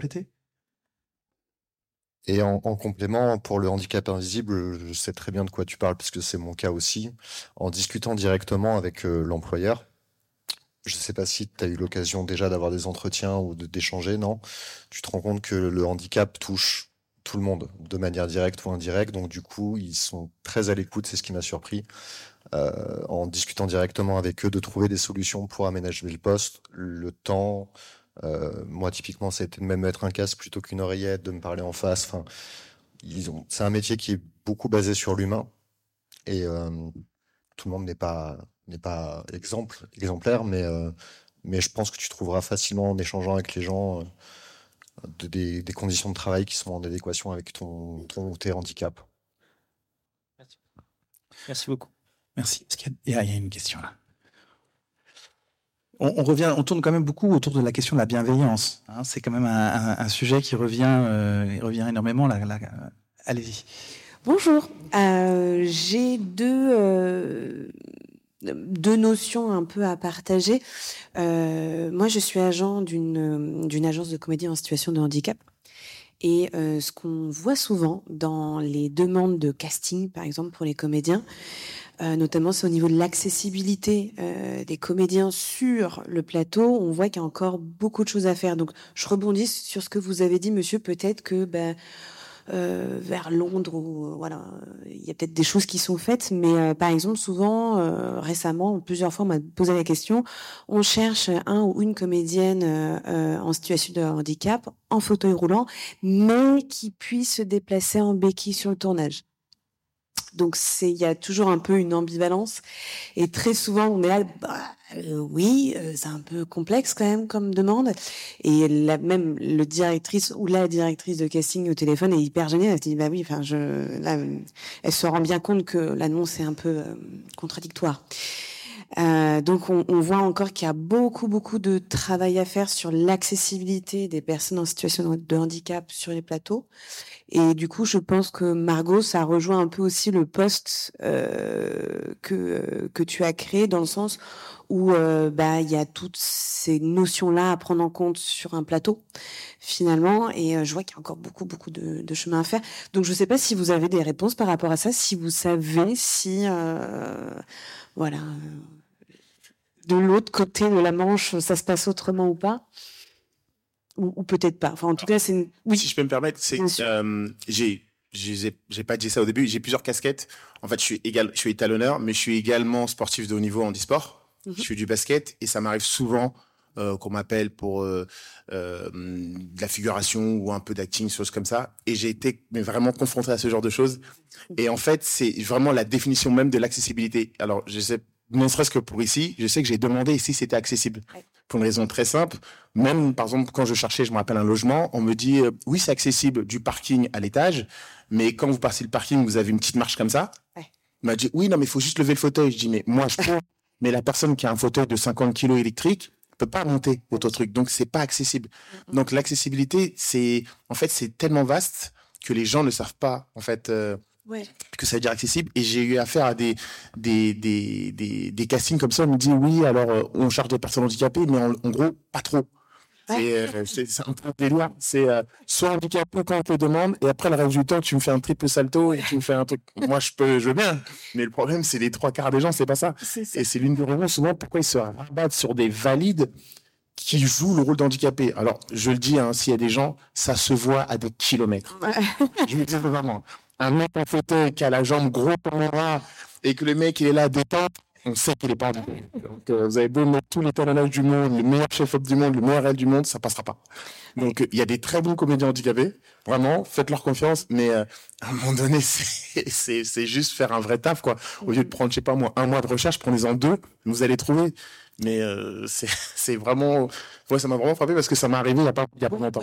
Speaker 4: Et en complément, pour le handicap invisible, je sais très bien de quoi tu parles, puisque c'est mon cas aussi. En discutant directement avec l'employeur, je ne sais pas si tu as eu l'occasion déjà d'avoir des entretiens ou d'échanger, non ? Tu te rends compte que le handicap touche tout le monde, de manière directe ou indirecte. Donc du coup, ils sont très à l'écoute, c'est ce qui m'a surpris. En discutant directement avec eux, de trouver des solutions pour aménager le poste, le temps. Moi, typiquement, ça a été de même mettre un casque plutôt qu'une oreillette, de me parler en face. Enfin, c'est un métier qui est beaucoup basé sur l'humain. Et tout le monde n'est pas exemplaire, mais je pense que tu trouveras facilement en échangeant avec les gens des conditions de travail qui sont en adéquation avec ton ou tes handicaps.
Speaker 9: Merci beaucoup.
Speaker 10: Merci. Est-ce qu'il y a une question là ? On tourne quand même beaucoup autour de la question de la bienveillance. C'est quand même un sujet qui revient énormément là. Allez-y.
Speaker 12: Bonjour. J'ai deux notions un peu à partager. Moi, je suis agent d'une agence de comédie en situation de handicap. Et ce qu'on voit souvent dans les demandes de casting, par exemple pour les comédiens, notamment c'est au niveau de l'accessibilité des comédiens sur le plateau, on voit qu'il y a encore beaucoup de choses à faire. Donc je rebondis sur ce que vous avez dit, monsieur, peut-être que vers Londres, voilà, il y a peut-être des choses qui sont faites, mais par exemple souvent, récemment, plusieurs fois on m'a posé la question, on cherche un ou une comédienne en situation de handicap, en fauteuil roulant, mais qui puisse se déplacer en béquille sur le tournage. Donc il y a toujours un peu une ambivalence et très souvent on est là oui, c'est un peu complexe quand même comme demande et même le directrice ou la directrice de casting au téléphone est hyper gênée, elle se dit bah oui, enfin elle se rend bien compte que l'annonce est un peu contradictoire. Donc on voit encore qu'il y a beaucoup de travail à faire sur l'accessibilité des personnes en situation de handicap sur les plateaux. Et du coup, je pense que Margot, ça rejoint un peu aussi le poste que tu as créé, dans le sens où il y a toutes ces notions-là à prendre en compte sur un plateau, finalement. Et je vois qu'il y a encore beaucoup de chemin à faire. Donc, je ne sais pas si vous avez des réponses par rapport à ça, si vous savez si de l'autre côté de la Manche, ça se passe autrement ou pas. Ou peut-être pas. Enfin, en tout cas, c'est oui.
Speaker 13: Si je peux me permettre, j'ai pas dit ça au début. J'ai plusieurs casquettes. En fait, je suis étalonneur, mais je suis également sportif de haut niveau en e-sport. Je fais du basket et ça m'arrive souvent qu'on m'appelle pour de la figuration ou un peu d'acting, choses comme ça. Et j'ai été vraiment confronté à ce genre de choses. Et en fait, c'est vraiment la définition même de l'accessibilité. Alors, je sais, ne serait-ce que pour ici, je sais que j'ai demandé si c'était accessible. Pour une raison très simple. Même, par exemple, quand je cherchais, je me rappelle, un logement, on me dit, oui, c'est accessible du parking à l'étage, mais quand vous passez le parking, vous avez une petite marche comme ça. On m'a dit, oui, non, mais il faut juste lever le fauteuil. Je dis, mais moi, je peux. Mais la personne qui a un fauteuil de 50 kilos électrique peut pas monter votre truc. Donc, c'est pas accessible. Donc, l'accessibilité, c'est tellement vaste que les gens ne savent pas, en fait, que ça veut dire accessible. Et j'ai eu affaire à des castings comme ça. On me dit oui, alors on charge des personnes handicapées, mais en gros pas trop. C'est un peu délire. C'est soit handicapé quand on te le demande, et après le reste du temps tu me fais un triple salto et tu me fais un truc. Moi je veux bien, mais le problème c'est les 3/4 des gens, c'est pas ça. Et c'est l'une des raisons souvent pourquoi ils se rabattent sur des valides qui joue le rôle d'handicapé. Alors, je le dis, hein, s'il y a des gens, ça se voit à des kilomètres. Je me dis vraiment, un mec en fauteuil qui a la jambe grosse comme un rat et que le mec, il est là à détente, on sait qu'il est pas handicapé. Donc, vous avez beau mettre tous les talonnages du monde, le meilleur chef-op du monde, le meilleur réel du monde, ça passera pas. Donc, il y a des très bons comédiens handicapés. Vraiment, faites-leur confiance. Mais, à un moment donné, c'est juste faire un vrai taf, quoi. Au lieu de prendre, je sais pas moi, 1 mois de recherche, prenez-en 2, vous allez trouver. Mais, c'est vraiment, ouais, ça m'a vraiment frappé parce que ça m'est arrivé il y a pas longtemps.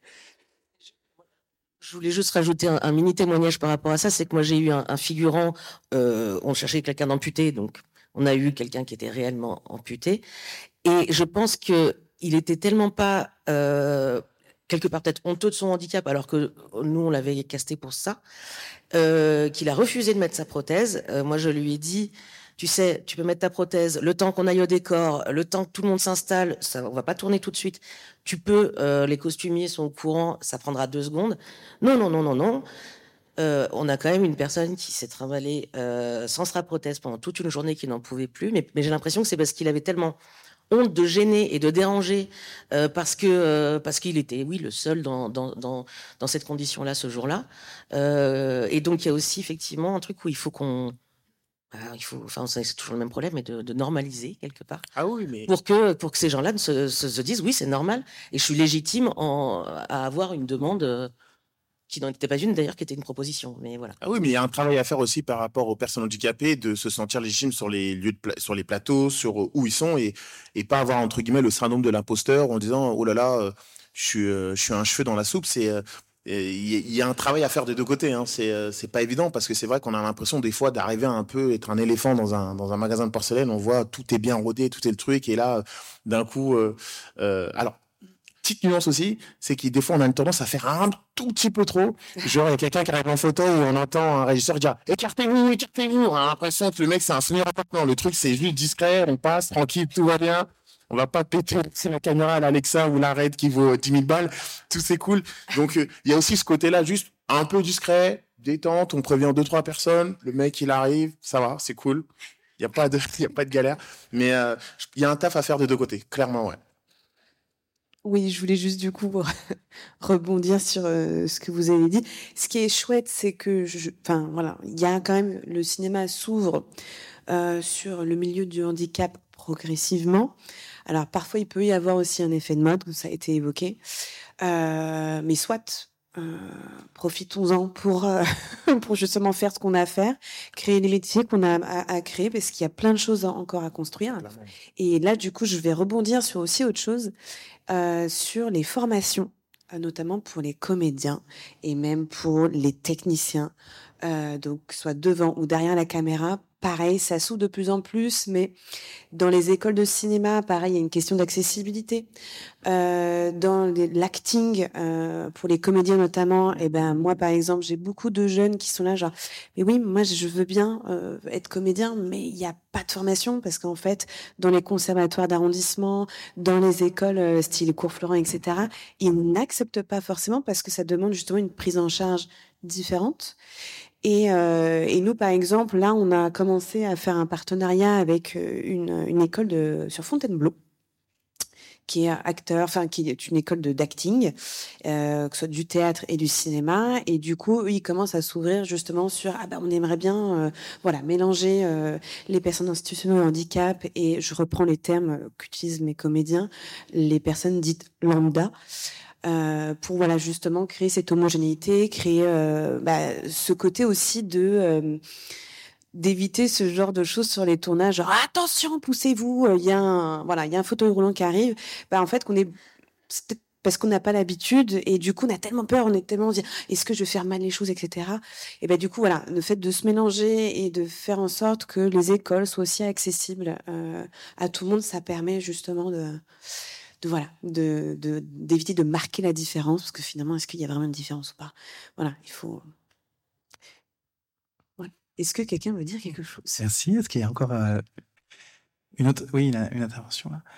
Speaker 7: Je voulais juste rajouter un mini témoignage par rapport à ça, c'est que moi j'ai eu un figurant, on cherchait quelqu'un d'amputé, donc on a eu quelqu'un qui était réellement amputé, et je pense que il était tellement pas quelque part peut-être honteux de son handicap, alors que nous on l'avait casté pour ça, qu'il a refusé de mettre sa prothèse. Moi je lui ai dit, tu sais, tu peux mettre ta prothèse, le temps qu'on aille au décor, le temps que tout le monde s'installe, ça, on va pas tourner tout de suite. Tu peux, les costumiers sont au courant, ça prendra 2 secondes. Non. On a quand même une personne qui s'est trimballée sans sa prothèse pendant toute une journée, qui n'en pouvait plus. Mais j'ai l'impression que c'est parce qu'il avait tellement honte de gêner et de déranger parce qu'il était, oui, le seul dans cette condition-là ce jour-là. Et donc il y a aussi effectivement un truc où il faut c'est toujours le même problème, mais de normaliser quelque part.
Speaker 13: Ah oui, mais
Speaker 7: pour que ces gens-là se disent oui, c'est normal et je suis légitime à avoir une demande qui n'en était pas une d'ailleurs, qui était une proposition. Mais voilà.
Speaker 13: Ah oui, mais il y a un travail à faire aussi par rapport aux personnes handicapées, de se sentir légitime sur les lieux sur les plateaux, sur où ils sont et pas avoir entre guillemets le syndrome de l'imposteur en disant oh là là, je suis un cheveu dans la soupe. Il y a un travail à faire des 2 côtés, hein. C'est pas évident parce que c'est vrai qu'on a l'impression des fois d'arriver à un peu être un éléphant dans un magasin de porcelaine. On voit tout est bien rodé, tout est le truc, et là d'un coup, alors petite nuance aussi, c'est que des fois on a une tendance à faire un tout petit peu trop. Genre il y a quelqu'un qui arrive en photo et on entend un régisseur dire écartez-vous. On a l'impression que le mec c'est un seigneur appartement. Le truc c'est juste discret, on passe tranquille, tout va bien. On va pas péter la caméra à l'Alexa ou la Red qui vaut 10 000 balles. Tout c'est cool. Donc, il y a aussi ce côté-là, juste un peu discret, détente. On prévient 2-3 personnes. Le mec, il arrive. Ça va, c'est cool. Il y a pas de galère. Mais, il y a un taf à faire des 2 côtés. Clairement, ouais.
Speaker 12: Oui, je voulais juste du coup rebondir sur ce que vous avez dit. Ce qui est chouette, c'est que, enfin voilà, il y a quand même, le cinéma s'ouvre sur le milieu du handicap progressivement. Alors parfois il peut y avoir aussi un effet de mode, comme ça a été évoqué, mais soit profitons-en pour justement faire ce qu'on a à faire, créer les métiers qu'on a à créer, parce qu'il y a plein de choses encore à construire. Et là du coup je vais rebondir sur aussi autre chose, sur les formations, notamment pour les comédiens et même pour les techniciens, donc soit devant ou derrière la caméra. Pareil, ça s'ouvre de plus en plus, mais dans les écoles de cinéma, pareil, il y a une question d'accessibilité. Dans l'acting, pour les comédiens notamment, et ben moi par exemple, j'ai beaucoup de jeunes qui sont là genre, mais oui, moi je veux bien être comédien, mais il n'y a pas de formation parce qu'en fait, dans les conservatoires d'arrondissement, dans les écoles style Cours Florent, etc., ils n'acceptent pas forcément parce que ça demande justement une prise en charge différente. Et nous, par exemple, là, on a commencé à faire un partenariat avec une école sur Fontainebleau, qui est qui est une école d'acting, que ce soit du théâtre et du cinéma. Et du coup, eux, ils commencent à s'ouvrir justement sur on aimerait bien mélanger les personnes en situation de handicap, et je reprends les termes qu'utilisent mes comédiens, les personnes dites lambda. Pour justement créer cette homogénéité, créer ce côté aussi d'éviter ce genre de choses sur les tournages, genre attention, poussez-vous, il y a un fauteuil roulant qui arrive. En fait, c'est peut-être parce qu'on n'a pas l'habitude, et du coup on a tellement peur, on est tellement dit est-ce que je vais faire mal les choses, etc. Et du coup le fait de se mélanger et de faire en sorte que les écoles soient aussi accessibles à tout le monde, ça permet justement d'éviter de marquer la différence, parce que finalement, est-ce qu'il y a vraiment une différence ou pas? Voilà, il faut. Voilà. Est-ce que quelqu'un veut dire quelque chose?
Speaker 10: Merci. Est-ce qu'il y a encore une autre? Oui, une intervention là.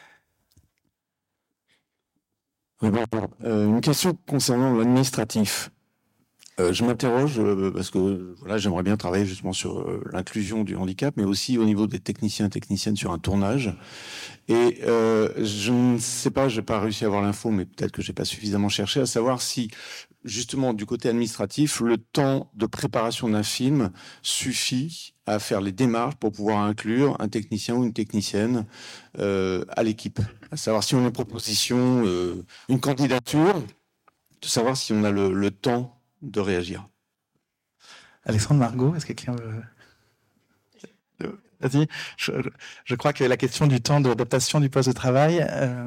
Speaker 14: Une question concernant l'administratif. Je m'interroge parce que voilà, j'aimerais bien travailler justement sur l'inclusion du handicap, mais aussi au niveau des techniciens et techniciennes sur un tournage. Et je ne sais pas, j'ai pas réussi à avoir l'info, mais peut-être que j'ai pas suffisamment cherché à savoir si justement du côté administratif, le temps de préparation d'un film suffit à faire les démarches pour pouvoir inclure un technicien ou une technicienne à l'équipe. À savoir si on a une proposition, une candidature, de savoir si on a le temps de réagir.
Speaker 10: Alexandre, Margot, est-ce que quelqu'un veut... Vas-y, je crois que la question du temps d'adaptation du poste de travail...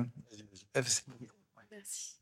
Speaker 6: Merci.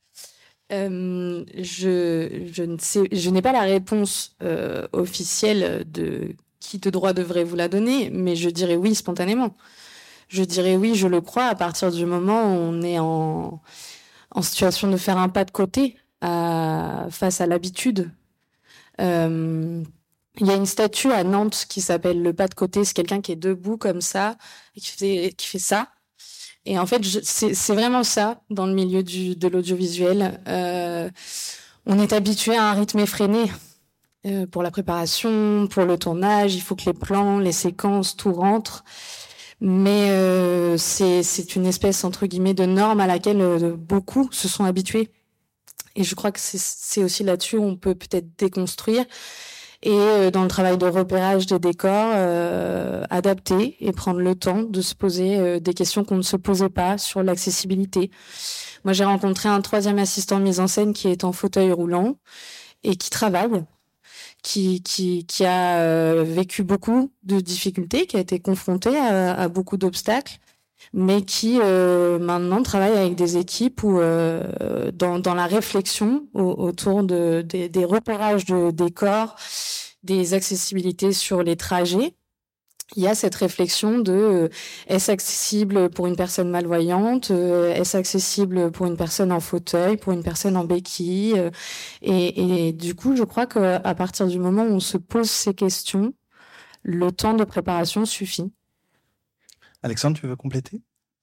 Speaker 6: Je n'ai pas la réponse officielle de qui de droit devrait vous la donner, mais je dirais oui spontanément. Je dirais oui, je le crois, à partir du moment où on est en situation de faire un pas de côté face à l'habitude. Il y a une statue à Nantes qui s'appelle le pas de côté. C'est quelqu'un qui est debout comme ça et qui fait ça. Et en fait, c'est vraiment ça dans le milieu de l'audiovisuel. On est habitué à un rythme effréné pour la préparation, pour le tournage. Il faut que les plans, les séquences, tout rentre. Mais c'est une espèce, entre guillemets, de norme à laquelle beaucoup se sont habitués. Et je crois que c'est aussi là-dessus où on peut peut-être déconstruire. Et dans le travail de repérage des décors, adapter et prendre le temps de se poser des questions qu'on ne se posait pas sur l'accessibilité. Moi, j'ai rencontré un 3e assistant de mise en scène qui est en fauteuil roulant et qui travaille, qui a vécu beaucoup de difficultés, qui a été confronté à beaucoup d'obstacles, mais qui maintenant travaille avec des équipes où dans la réflexion autour des repérages de décors, des accessibilités sur les trajets, il y a cette réflexion de est-ce accessible pour une personne malvoyante, est-ce accessible pour une personne en fauteuil, pour une personne en béquille, et du coup je crois qu'à partir du moment où on se pose ces questions, le temps de préparation suffit.
Speaker 10: Alexandre, tu veux compléter ?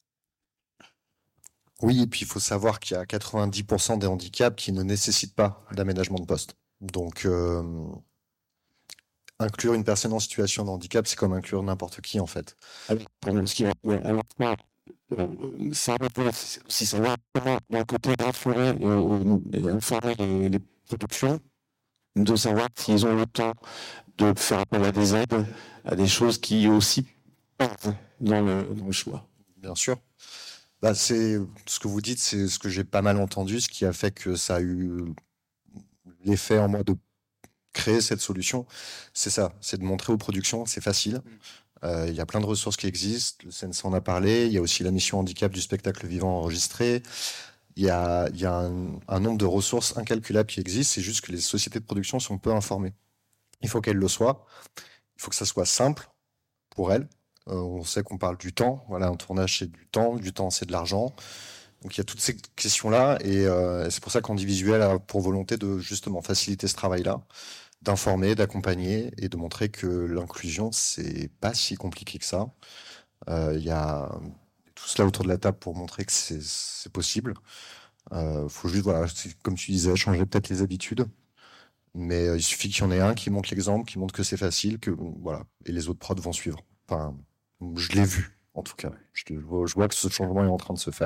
Speaker 4: Oui, et puis il faut savoir qu'il y a 90% des handicaps qui ne nécessitent pas d'aménagement de poste. Donc, inclure une personne en situation de handicap, c'est comme inclure n'importe qui, en fait.
Speaker 14: Ça va aussi savoir comment, d'un côté, informer les productions, de savoir s'ils ont le temps de faire appel à des aides, à des choses qui aussi partent dans le choix.
Speaker 4: Bien sûr. Bah, c'est ce que vous dites, c'est ce que j'ai pas mal entendu, ce qui a fait que ça a eu l'effet en moi de créer cette solution. C'est ça, c'est de montrer aux productions, c'est facile. Il y a plein de ressources qui existent. Le CNC en a parlé. Il y a aussi la mission handicap du spectacle vivant enregistré. Il y a un nombre de ressources incalculables qui existent. C'est juste que les sociétés de production sont peu informées. Il faut qu'elles le soient. Il faut que ça soit simple pour elles. On sait qu'on parle du temps. Voilà, un tournage, c'est du temps, c'est de l'argent. Donc il y a toutes ces questions-là. Et c'est pour ça qu'Handivisuel a pour volonté de justement faciliter ce travail-là, d'informer, d'accompagner et de montrer que l'inclusion, c'est pas si compliqué que ça. Il y a tout cela autour de la table pour montrer que c'est possible. Faut juste, voilà, comme tu disais, changer peut-être les habitudes. Mais il suffit qu'il y en ait un qui montre l'exemple, qui montre que c'est facile, que voilà, et les autres prods vont suivre. Enfin, je l'ai vu, en tout cas. Je vois que ce changement est en train de se faire.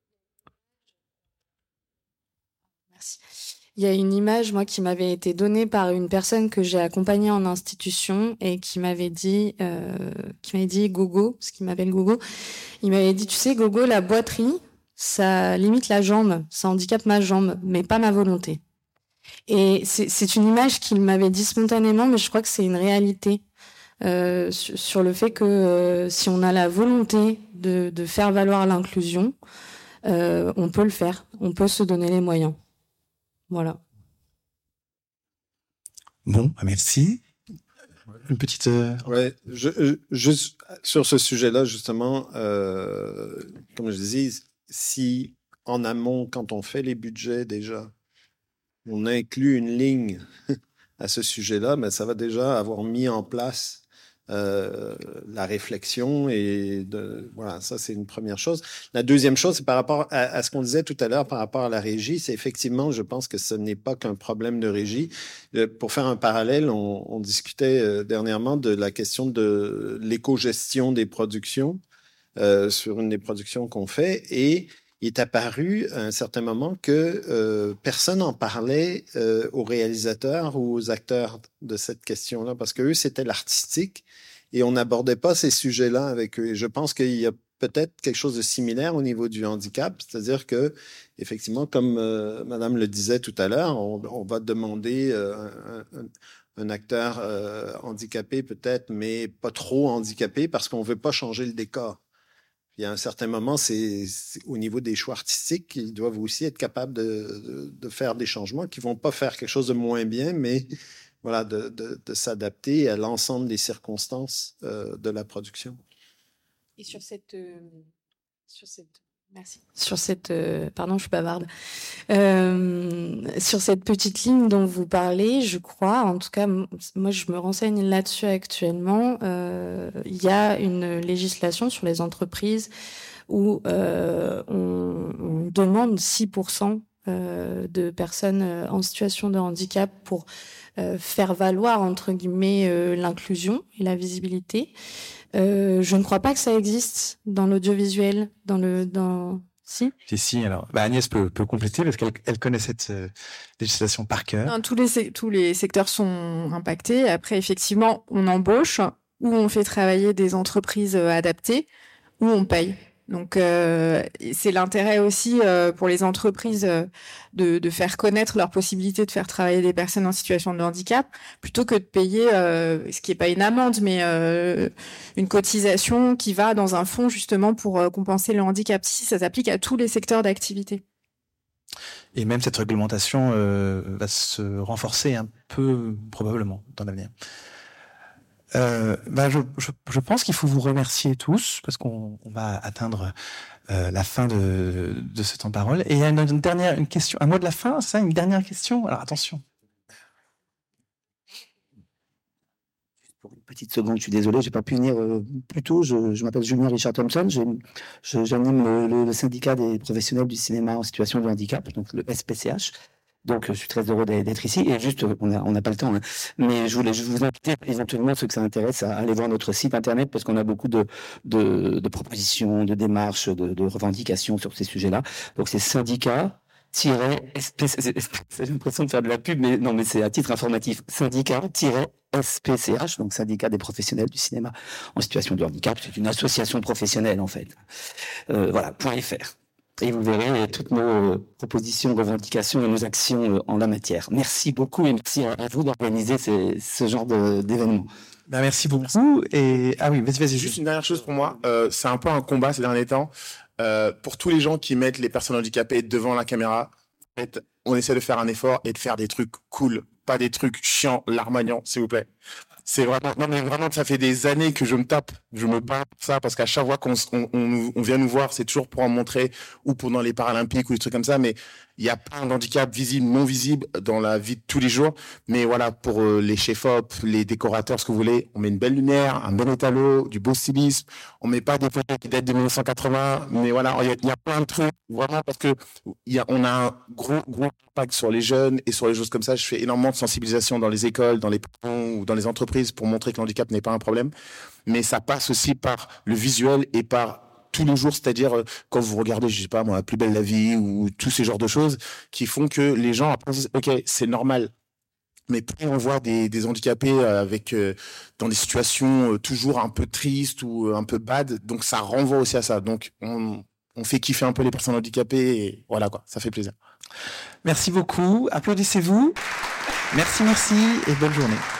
Speaker 6: Merci. Il y a une image, moi, qui m'avait été donnée par une personne que j'ai accompagnée en institution et qui m'avait dit Gogo, parce qu'il m'appelle Gogo. Il m'avait dit, tu sais, Gogo, la boiterie, ça limite la jambe, ça handicape ma jambe, mais pas ma volonté. Et c'est une image qu'il m'avait dit spontanément, mais je crois que c'est une réalité sur le fait que si on a la volonté de faire valoir l'inclusion, on peut le faire, on peut se donner les moyens. Voilà.
Speaker 10: Bon, merci. Une petite...
Speaker 8: Ouais, juste sur ce sujet-là, justement, comme je disais, si en amont, quand on fait les budgets déjà, on inclut une ligne à ce sujet-là, mais ça va déjà avoir mis en place la réflexion voilà, ça c'est une première chose. La deuxième chose, c'est par rapport à ce qu'on disait tout à l'heure par rapport à la régie, c'est effectivement, je pense que ce n'est pas qu'un problème de régie. Pour faire un parallèle, on discutait dernièrement de la question de l'éco-gestion des productions sur une des productions qu'on fait, et il est apparu à un certain moment que personne n'en parlait aux réalisateurs ou aux acteurs de cette question-là, parce que eux, c'était l'artistique et on n'abordait pas ces sujets-là avec eux. Et je pense qu'il y a peut-être quelque chose de similaire au niveau du handicap, c'est-à-dire que, effectivement, comme Madame le disait tout à l'heure, on va demander un acteur handicapé peut-être, mais pas trop handicapé, parce qu'on ne veut pas changer le décor. Il y a un certain moment, c'est au niveau des choix artistiques qu'ils doivent aussi être capables de faire des changements qui ne vont pas faire quelque chose de moins bien, mais voilà, de s'adapter à l'ensemble des circonstances de la production.
Speaker 6: Et sur cette merci. Sur cette, pardon, je suis bavarde. Sur cette petite ligne dont vous parlez, je crois, en tout cas, moi, je me renseigne là-dessus actuellement. Il y a une législation sur les entreprises où on demande 6% de personnes en situation de handicap pour faire valoir, entre guillemets, l'inclusion et la visibilité. Je ne crois pas que ça existe dans l'audiovisuel, Si.
Speaker 10: Si. Alors, Agnès peut compléter parce qu'elle connaît cette législation par cœur.
Speaker 11: Non, tous les secteurs sont impactés. Après, effectivement, on embauche ou on fait travailler des entreprises adaptées ou on paye. Donc, c'est l'intérêt aussi pour les entreprises de faire connaître leur possibilité de faire travailler des personnes en situation de handicap, plutôt que de payer, ce qui n'est pas une amende, mais une cotisation qui va dans un fonds justement pour compenser le handicap. Si ça s'applique à tous les secteurs d'activité.
Speaker 10: Et même cette réglementation va se renforcer un peu probablement dans l'avenir. Je pense qu'il faut vous remercier tous parce qu'on va atteindre la fin de ce temps de parole. Et il y a une question, un mot de la fin, c'est ça, une dernière question. Alors attention.
Speaker 15: Pour une petite seconde, je suis désolé, j'ai pas pu venir plus tôt. Je m'appelle Julien Richard Thompson. J'anime le syndicat des professionnels du cinéma en situation de handicap, donc le SPCH. Donc, je suis très heureux d'être ici. Et juste, on n'a pas le temps, hein, mais je vous inviter éventuellement, ceux que ça intéresse, à aller voir notre site internet parce qu'on a beaucoup de propositions, de démarches, de revendications sur ces sujets-là. Donc, c'est syndicat-SP, j'ai l'impression de faire de la pub, mais non, mais c'est à titre informatif. Syndicat-SPCH, donc syndicat des professionnels du cinéma en situation de handicap. C'est une association professionnelle, en fait. Voilà, .fr. Et vous verrez toutes nos propositions, revendications et nos actions en la matière. Merci beaucoup et merci à vous d'organiser ce genre d'événements.
Speaker 10: Merci beaucoup. Et oui, vas-y.
Speaker 13: Juste une dernière chose pour moi. C'est un peu un combat ces derniers temps. Pour tous les gens qui mettent les personnes handicapées devant la caméra, en fait, on essaie de faire un effort et de faire des trucs cool, pas des trucs chiants, larmoyants, s'il vous plaît. C'est vraiment, non mais vraiment, ça fait des années que je me bats pour ça, parce qu'à chaque fois qu'on vient nous voir, c'est toujours pour en montrer, ou pendant les Paralympiques ou des trucs comme ça, mais il y a plein d'handicaps visibles, non visibles dans la vie de tous les jours. Mais voilà, pour les chefs-op, les décorateurs, ce que vous voulez, on met une belle lumière, un bon étalot, du beau stylisme. On met pas des photos qui datent de 1980, mais voilà, il y a plein de trucs, vraiment, parce que on a un gros impact sur les jeunes et sur les choses comme ça. Je fais énormément de sensibilisation dans les écoles, dans les parents ou dans les entreprises pour montrer que l'handicap n'est pas un problème. Mais ça passe aussi par le visuel et par tous les jours, c'est-à-dire quand vous regardez, je sais pas moi, Plus belle la vie ou tous ces genres de choses qui font que les gens après disent ok, c'est normal. Mais plus on voit des handicapés avec dans des situations toujours un peu tristes ou un peu bad, donc ça renvoie aussi à ça. Donc on fait kiffer un peu les personnes handicapées et voilà quoi, ça fait plaisir.
Speaker 10: Merci beaucoup, applaudissez-vous. Merci et bonne journée.